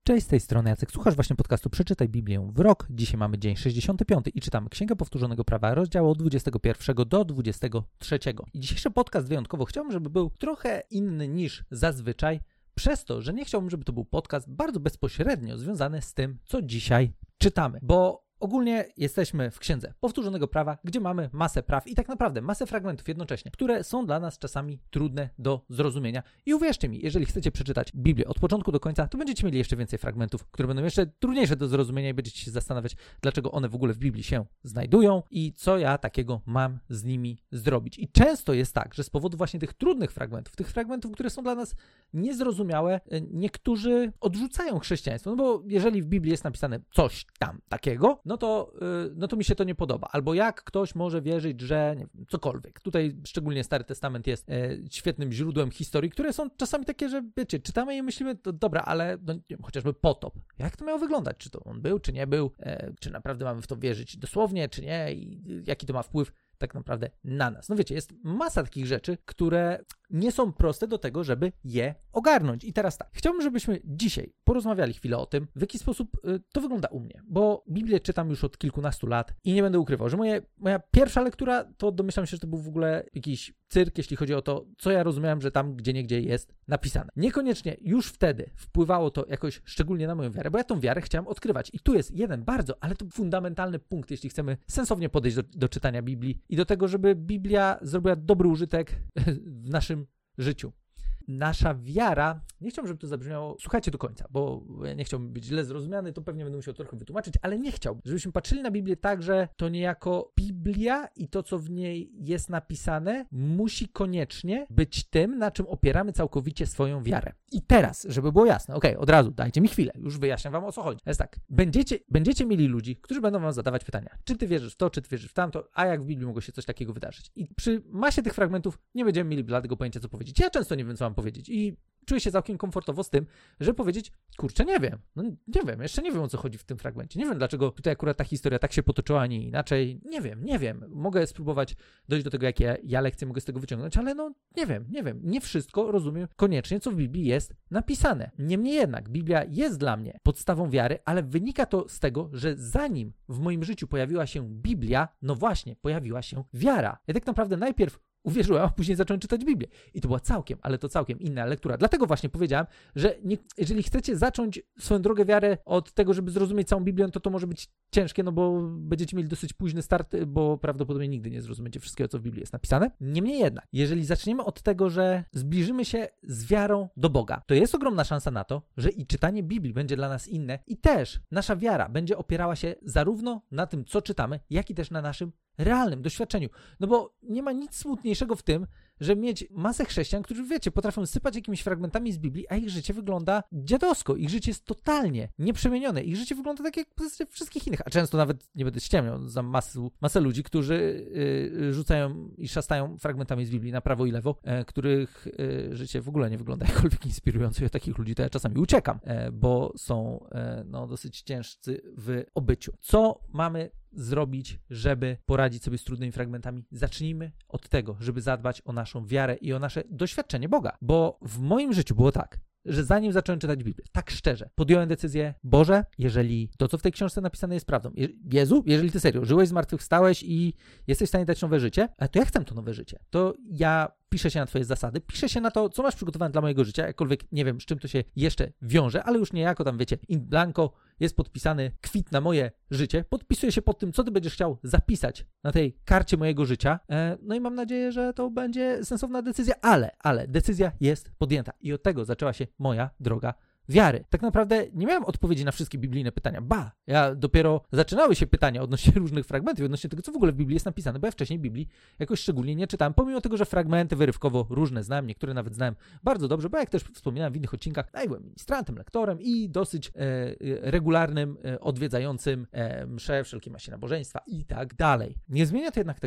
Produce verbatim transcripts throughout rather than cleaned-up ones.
Cześć, z tej strony Jacek. Słuchasz właśnie podcastu Przeczytaj Biblię w rok. Dzisiaj mamy dzień sześćdziesiąty piąty i czytamy Księgę Powtórzonego Prawa, rozdział od dwudziestego pierwszego do dwudziestego trzeciego. I dzisiejszy podcast wyjątkowo chciałbym, żeby był trochę inny niż zazwyczaj, przez to, że nie chciałbym, żeby to był podcast bardzo bezpośrednio związany z tym, co dzisiaj czytamy, bo ogólnie jesteśmy w Księdze Powtórzonego Prawa, gdzie mamy masę praw i tak naprawdę masę fragmentów jednocześnie, które są dla nas czasami trudne do zrozumienia. I uwierzcie mi, jeżeli chcecie przeczytać Biblię od początku do końca, to będziecie mieli jeszcze więcej fragmentów, które będą jeszcze trudniejsze do zrozumienia i będziecie się zastanawiać, dlaczego one w ogóle w Biblii się znajdują i co ja takiego mam z nimi zrobić. I często jest tak, że z powodu właśnie tych trudnych fragmentów, tych fragmentów, które są dla nas niezrozumiałe, niektórzy odrzucają chrześcijaństwo. No bo jeżeli w Biblii jest napisane coś tam takiego, no to, no to mi się to nie podoba. Albo jak ktoś może wierzyć, że nie wiem, cokolwiek. Tutaj szczególnie Stary Testament jest e, świetnym źródłem historii, które są czasami takie, że wiecie, czytamy je i myślimy, to dobra, ale no, nie wiem, chociażby potop. Jak to miało wyglądać? Czy to on był, czy nie był? E, czy naprawdę mamy w to wierzyć dosłownie, czy nie? I jaki to ma wpływ tak naprawdę na nas. No wiecie, jest masa takich rzeczy, które nie są proste do tego, żeby je ogarnąć. I teraz tak, chciałbym, żebyśmy dzisiaj porozmawiali chwilę o tym, w jaki sposób y, to wygląda u mnie, bo Biblię czytam już od kilkunastu lat i nie będę ukrywał, że moje, moja pierwsza lektura, to domyślam się, że to był w ogóle jakiś cyrk, jeśli chodzi o to, co ja rozumiałem, że tam gdzieniegdzie jest napisane. Niekoniecznie już wtedy wpływało to jakoś szczególnie na moją wiarę, bo ja tą wiarę chciałem odkrywać. I tu jest jeden bardzo, ale to fundamentalny punkt, jeśli chcemy sensownie podejść do, do czytania Biblii i do tego, żeby Biblia zrobiła dobry użytek w naszym życiu. Nasza wiara, nie chciałbym, żeby to zabrzmiało, słuchajcie do końca, bo ja nie chciałbym być źle zrozumiany, to pewnie będę musiał trochę wytłumaczyć, ale nie chciałbym, żebyśmy patrzyli na Biblię tak, że to niejako Biblia i to, co w niej jest napisane, musi koniecznie być tym, na czym opieramy całkowicie swoją wiarę. I teraz, żeby było jasne, okej, okay, od razu, dajcie mi chwilę, już wyjaśniam wam, o co chodzi. Jest tak, będziecie, będziecie mieli ludzi, którzy będą wam zadawać pytania, czy ty wierzysz w to, czy ty wierzysz w tamto, a jak w Biblii mogło się coś takiego wydarzyć. I przy masie tych fragmentów nie będziemy mieli bladego pojęcia, co powiedzieć. Ja często nie wiem, co mam powiedzieć i czuję się całkiem komfortowo z tym, żeby powiedzieć, kurczę, nie wiem, no nie wiem, jeszcze nie wiem, o co chodzi w tym fragmencie, nie wiem, dlaczego tutaj akurat ta historia tak się potoczyła, a nie inaczej, nie wiem, nie wiem, mogę spróbować dojść do tego, jakie ja lekcje mogę z tego wyciągnąć, ale no nie wiem, nie wiem, nie wszystko rozumiem koniecznie, co w Biblii jest napisane. Niemniej jednak, Biblia jest dla mnie podstawą wiary, ale wynika to z tego, że zanim w moim życiu pojawiła się Biblia, no właśnie, pojawiła się wiara. Ja tak naprawdę najpierw uwierzyłem, a później zacząłem czytać Biblię. I to była całkiem, ale to całkiem inna lektura. Dlatego właśnie powiedziałem, że nie, jeżeli chcecie zacząć swoją drogę wiary od tego, żeby zrozumieć całą Biblię, to to może być ciężkie, no bo będziecie mieli dosyć późny start, bo prawdopodobnie nigdy nie zrozumiecie wszystkiego, co w Biblii jest napisane. Niemniej jednak, jeżeli zaczniemy od tego, że zbliżymy się z wiarą do Boga, to jest ogromna szansa na to, że i czytanie Biblii będzie dla nas inne i też nasza wiara będzie opierała się zarówno na tym, co czytamy, jak i też na naszym realnym doświadczeniu. No bo nie ma nic smutniejszego w tym, że mieć masę chrześcijan, którzy, wiecie, potrafią sypać jakimiś fragmentami z Biblii, a ich życie wygląda dziadowsko. Ich życie jest totalnie nieprzemienione. Ich życie wygląda tak jak wszystkich innych. A często nawet, nie będę ściemniał, za masę, masę ludzi, którzy yy, rzucają i szastają fragmentami z Biblii na prawo i lewo, yy, których yy, życie w ogóle nie wygląda jakkolwiek inspirująco. I od takich ludzi to ja czasami uciekam, yy, bo są yy, no, dosyć ciężcy w obyciu. Co mamy zrobić, żeby poradzić sobie z trudnymi fragmentami? Zacznijmy od tego, żeby zadbać o naszą wiarę i o nasze doświadczenie Boga. Bo w moim życiu było tak, że zanim zacząłem czytać Biblię, tak szczerze, podjąłem decyzję, Boże, jeżeli to, co w tej książce napisane jest prawdą, Jezu, jeżeli Ty serio żyłeś, zmartwychwstałeś i jesteś w stanie dać nowe życie, to ja chcę to nowe życie. To ja piszę się na Twoje zasady, piszę się na to, co masz przygotowane dla mojego życia, jakkolwiek nie wiem, z czym to się jeszcze wiąże, ale już niejako tam, wiecie, in blanco jest podpisany kwit na moje życie, podpisuję się pod tym, co Ty będziesz chciał zapisać na tej karcie mojego życia, no i mam nadzieję, że to będzie sensowna decyzja, ale, ale decyzja jest podjęta i od tego zaczęła się moja droga wiary. Tak naprawdę nie miałem odpowiedzi na wszystkie biblijne pytania. Ba, ja dopiero zaczynały się pytania odnośnie różnych fragmentów, odnośnie tego, co w ogóle w Biblii jest napisane, bo ja wcześniej Biblii jakoś szczególnie nie czytałem, pomimo tego, że fragmenty wyrywkowo różne znałem, niektóre nawet znałem bardzo dobrze, bo jak też wspominałem w innych odcinkach, ja byłem ministrantem, lektorem i dosyć e, regularnym, e, odwiedzającym e, msze, wszelkie maści nabożeństwa i tak dalej. Nie zmienia to jednak tego,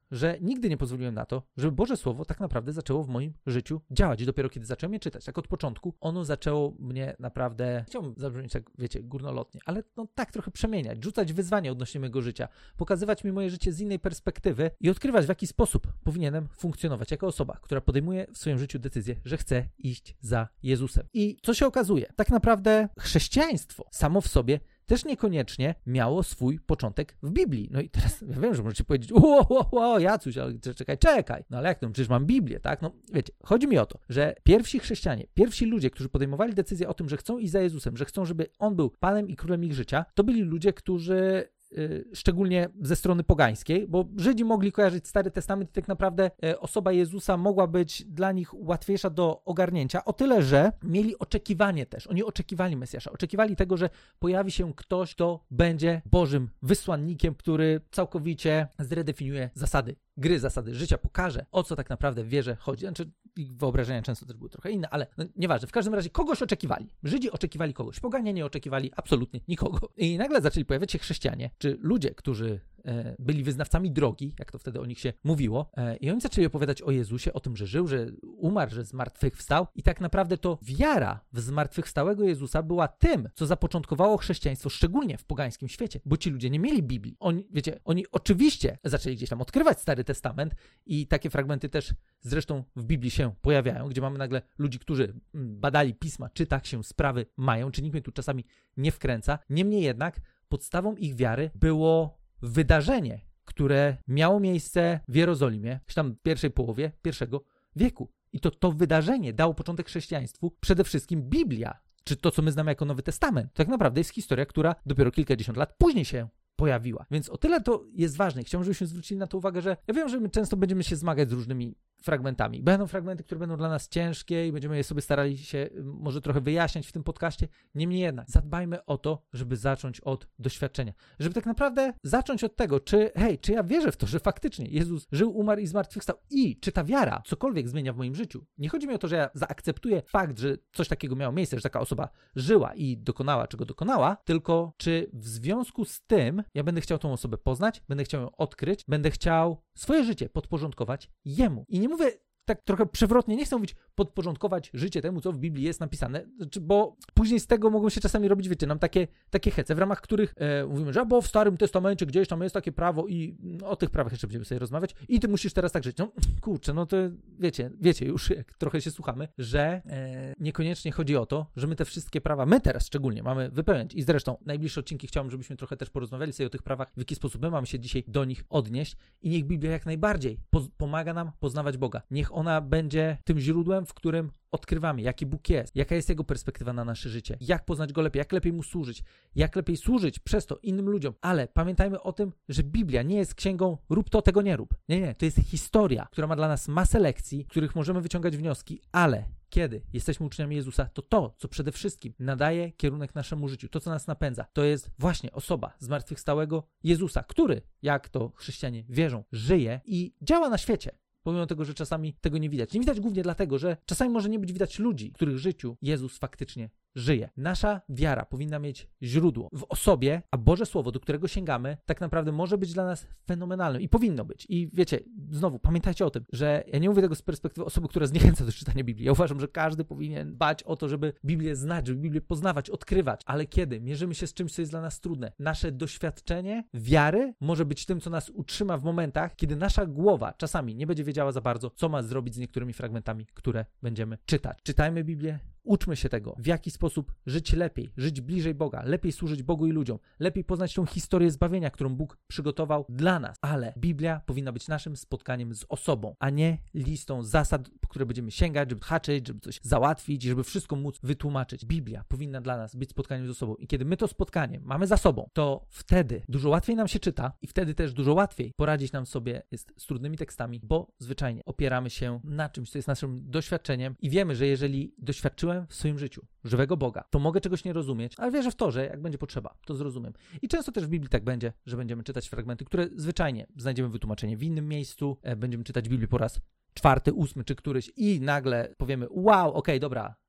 że nigdy nie pozwoliłem na to, żeby Boże Słowo tak naprawdę zaczęło w moim życiu działać. Dopiero kiedy zacząłem je czytać, tak od początku, ono zaczęło mnie naprawdę, chciałbym zabrzmieć tak, wiecie, górnolotnie, ale no tak trochę przemieniać, rzucać wyzwania odnośnie mojego życia, pokazywać mi moje życie z innej perspektywy i odkrywać, w jaki sposób powinienem funkcjonować jako osoba, która podejmuje w swoim życiu decyzję, że chce iść za Jezusem. I co się okazuje? Tak naprawdę chrześcijaństwo samo w sobie też niekoniecznie miało swój początek w Biblii. No i teraz ja wiem, że możecie powiedzieć, o, o, o, Jacuś, ale czekaj, czekaj. No ale jak to? Przecież mam Biblię, tak? No wiecie, chodzi mi o to, że pierwsi chrześcijanie, pierwsi ludzie, którzy podejmowali decyzję o tym, że chcą iść za Jezusem, że chcą, żeby On był Panem i Królem ich życia, to byli ludzie, którzy szczególnie ze strony pogańskiej, bo Żydzi mogli kojarzyć Stary Testament i tak naprawdę osoba Jezusa mogła być dla nich łatwiejsza do ogarnięcia, o tyle, że mieli oczekiwanie też. Oni oczekiwali Mesjasza, oczekiwali tego, że pojawi się ktoś, kto będzie Bożym wysłannikiem, który całkowicie zredefiniuje zasady gry, zasady życia, pokaże, o co tak naprawdę w wierze chodzi. Znaczy, ich wyobrażenia często też były trochę inne, ale no, nieważne. W każdym razie kogoś oczekiwali. Żydzi oczekiwali kogoś. Poganie nie oczekiwali absolutnie nikogo. I nagle zaczęli pojawiać się chrześcijanie, czy ludzie, którzy e, byli wyznawcami drogi, jak to wtedy o nich się mówiło, e, i oni zaczęli opowiadać o Jezusie, o tym, że żył, że umarł, że zmartwychwstał. I tak naprawdę to wiara w zmartwychwstałego Jezusa była tym, co zapoczątkowało chrześcijaństwo, szczególnie w pogańskim świecie, bo ci ludzie nie mieli Biblii. Oni, wiecie, oni oczywiście zaczęli gdzieś tam odkrywać Stary Testament i takie fragmenty też zresztą w Biblii się pojawiają, gdzie mamy nagle ludzi, którzy badali pisma, czy tak się sprawy mają, czy nikt mnie tu czasami nie wkręca. Niemniej jednak podstawą ich wiary było wydarzenie, które miało miejsce w Jerozolimie, czy tam w pierwszej połowie pierwszego wieku. I to to wydarzenie dało początek chrześcijaństwu, przede wszystkim Biblia, czy to, co my znamy jako Nowy Testament. Tak naprawdę jest historia, która dopiero kilkadziesiąt lat później się pojawiła. Więc o tyle to jest ważne. Chciałbym, żebyśmy zwrócili na to uwagę, że ja wiem, że my często będziemy się zmagać z różnymi fragmentami. Będą fragmenty, które będą dla nas ciężkie i będziemy je sobie starali się może trochę wyjaśniać w tym podcaście. Niemniej jednak zadbajmy o to, żeby zacząć od doświadczenia. Żeby tak naprawdę zacząć od tego, czy hej, czy ja wierzę w to, że faktycznie Jezus żył, umarł i zmartwychwstał i czy ta wiara cokolwiek zmienia w moim życiu. Nie chodzi mi o to, że ja zaakceptuję fakt, że coś takiego miało miejsce, że taka osoba żyła i dokonała, czego dokonała, tylko czy w związku z tym ja będę chciał tą osobę poznać, będę chciał ją odkryć, będę chciał swoje życie podporządkować Jemu. I nie mówię tak trochę przewrotnie, nie chcę mówić podporządkować życie temu, co w Biblii jest napisane, bo później z tego mogą się czasami robić, wiecie, nam takie, takie hece, w ramach których e, mówimy, że bo w Starym Testamencie gdzieś tam jest takie prawo i no, o tych prawach jeszcze będziemy sobie rozmawiać i ty musisz teraz tak żyć. No kurczę, no to wiecie, wiecie już, jak trochę się słuchamy, że e, niekoniecznie chodzi o to, że my te wszystkie prawa, my teraz szczególnie mamy wypełniać i zresztą najbliższe odcinki chciałbym, żebyśmy trochę też porozmawiali sobie o tych prawach, w jaki sposób my mamy się dzisiaj do nich odnieść i niech Biblia jak najbardziej po- pomaga nam poznawać Boga. Niech ona będzie tym źródłem, w którym odkrywamy, jaki Bóg jest, jaka jest Jego perspektywa na nasze życie, jak poznać Go lepiej, jak lepiej Mu służyć, jak lepiej służyć przez to innym ludziom. Ale pamiętajmy o tym, że Biblia nie jest księgą rób to, tego nie rób. Nie, nie, to jest historia, która ma dla nas masę lekcji, których możemy wyciągać wnioski, ale kiedy jesteśmy uczniami Jezusa, to to, co przede wszystkim nadaje kierunek naszemu życiu, to, co nas napędza, to jest właśnie osoba zmartwychwstałego Jezusa, który, jak to chrześcijanie wierzą, żyje i działa na świecie. Pomimo tego, że czasami tego nie widać. Nie widać głównie dlatego, że czasami może nie być widać ludzi, w których życiu Jezus faktycznie żyje. Nasza wiara powinna mieć źródło w osobie, a Boże Słowo, do którego sięgamy, tak naprawdę może być dla nas fenomenalnym i powinno być. I wiecie, znowu pamiętajcie o tym, że ja nie mówię tego z perspektywy osoby, która zniechęca do czytania Biblii. Ja uważam, że każdy powinien dbać o to, żeby Biblię znać, żeby Biblię poznawać, odkrywać. Ale kiedy mierzymy się z czymś, co jest dla nas trudne, nasze doświadczenie wiary może być tym, co nas utrzyma w momentach, kiedy nasza głowa czasami nie będzie wiedziała za bardzo, co ma zrobić z niektórymi fragmentami, które będziemy czytać. Czytajmy Biblię, uczmy się tego, w jaki sposób żyć lepiej, żyć bliżej Boga, lepiej służyć Bogu i ludziom, lepiej poznać tą historię zbawienia, którą Bóg przygotował dla nas. Ale Biblia powinna być naszym spotkaniem z osobą, a nie listą zasad, po które będziemy sięgać, żeby haczyć, żeby coś załatwić, żeby wszystko móc wytłumaczyć. Biblia powinna dla nas być spotkaniem z osobą. I kiedy my to spotkanie mamy za sobą, to wtedy dużo łatwiej nam się czyta i wtedy też dużo łatwiej poradzić nam sobie jest z trudnymi tekstami, bo zwyczajnie opieramy się na czymś, co jest naszym doświadczeniem i wiemy, że jeżeli doświadczyłem w swoim życiu żywego Boga, to mogę czegoś nie rozumieć, ale wierzę w to, że jak będzie potrzeba, to zrozumiem. I często też w Biblii tak będzie, że będziemy czytać fragmenty, które zwyczajnie znajdziemy wytłumaczenie w innym miejscu, e, będziemy czytać Biblię po raz czwarty, ósmy czy któryś i nagle powiemy, wow, okej, okay, dobra,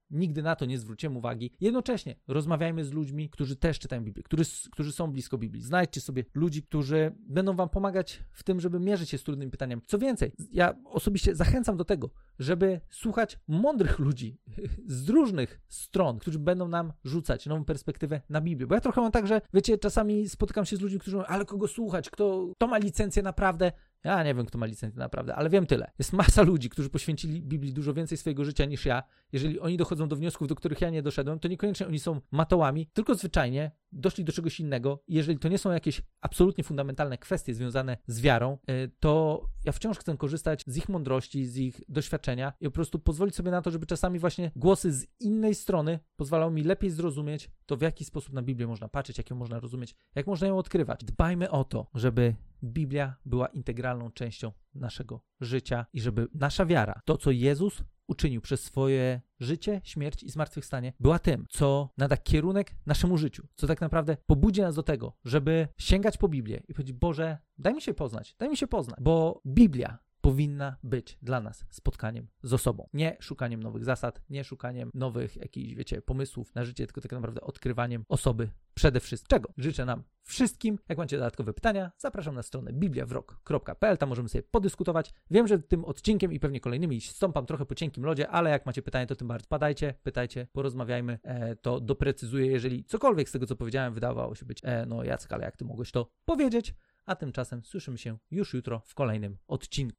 nigdy na to nie zwróciłem uwagi. Jednocześnie rozmawiajmy z ludźmi, którzy też czytają Biblię, którzy, którzy są blisko Biblii. Znajdźcie sobie ludzi, którzy będą wam pomagać w tym, żeby mierzyć się z trudnymi pytaniami. Co więcej, ja osobiście zachęcam do tego, żeby słuchać mądrych ludzi z różnych stron, którzy będą nam rzucać nową perspektywę na Biblię. Bo ja trochę mam tak, że wiecie, czasami spotykam się z ludźmi, którzy mówią, ale kogo słuchać, kto, kto ma licencję naprawdę? Ja nie wiem, kto ma licencję naprawdę, ale wiem tyle. Jest masa ludzi, którzy poświęcili Biblii dużo więcej swojego życia niż ja. Jeżeli oni dochodzą do wniosków, do których ja nie doszedłem, to niekoniecznie oni są matołami, tylko zwyczajnie doszli do czegoś innego. Jeżeli to nie są jakieś absolutnie fundamentalne kwestie związane z wiarą, to ja wciąż chcę korzystać z ich mądrości, z ich doświadczenia i po prostu pozwolić sobie na to, żeby czasami właśnie głosy z innej strony pozwalały mi lepiej zrozumieć to, w jaki sposób na Biblię można patrzeć, jak ją można rozumieć, jak można ją odkrywać. Dbajmy o to, żeby Biblia była integralną częścią naszego życia i żeby nasza wiara, to co Jezus uczynił przez swoje życie, śmierć i zmartwychwstanie, była tym, co nada kierunek naszemu życiu, co tak naprawdę pobudzi nas do tego, żeby sięgać po Biblię i powiedzieć, Boże, daj mi się poznać, daj mi się poznać, bo Biblia powinna być dla nas spotkaniem z osobą. Nie szukaniem nowych zasad, nie szukaniem nowych jakichś, wiecie, pomysłów na życie, tylko tak naprawdę odkrywaniem osoby przede wszystkim. Czego życzę nam wszystkim. Jak macie dodatkowe pytania, zapraszam na stronę biblia w rok kropka p l, tam możemy sobie podyskutować. Wiem, że tym odcinkiem i pewnie kolejnymi stąpam trochę po cienkim lodzie, ale jak macie pytania, to tym bardziej padajcie, pytajcie, porozmawiajmy, e, to doprecyzuję, jeżeli cokolwiek z tego, co powiedziałem, wydawało się być, e, no Jacek, ale jak ty mogłeś to powiedzieć? A tymczasem słyszymy się już jutro w kolejnym odcinku.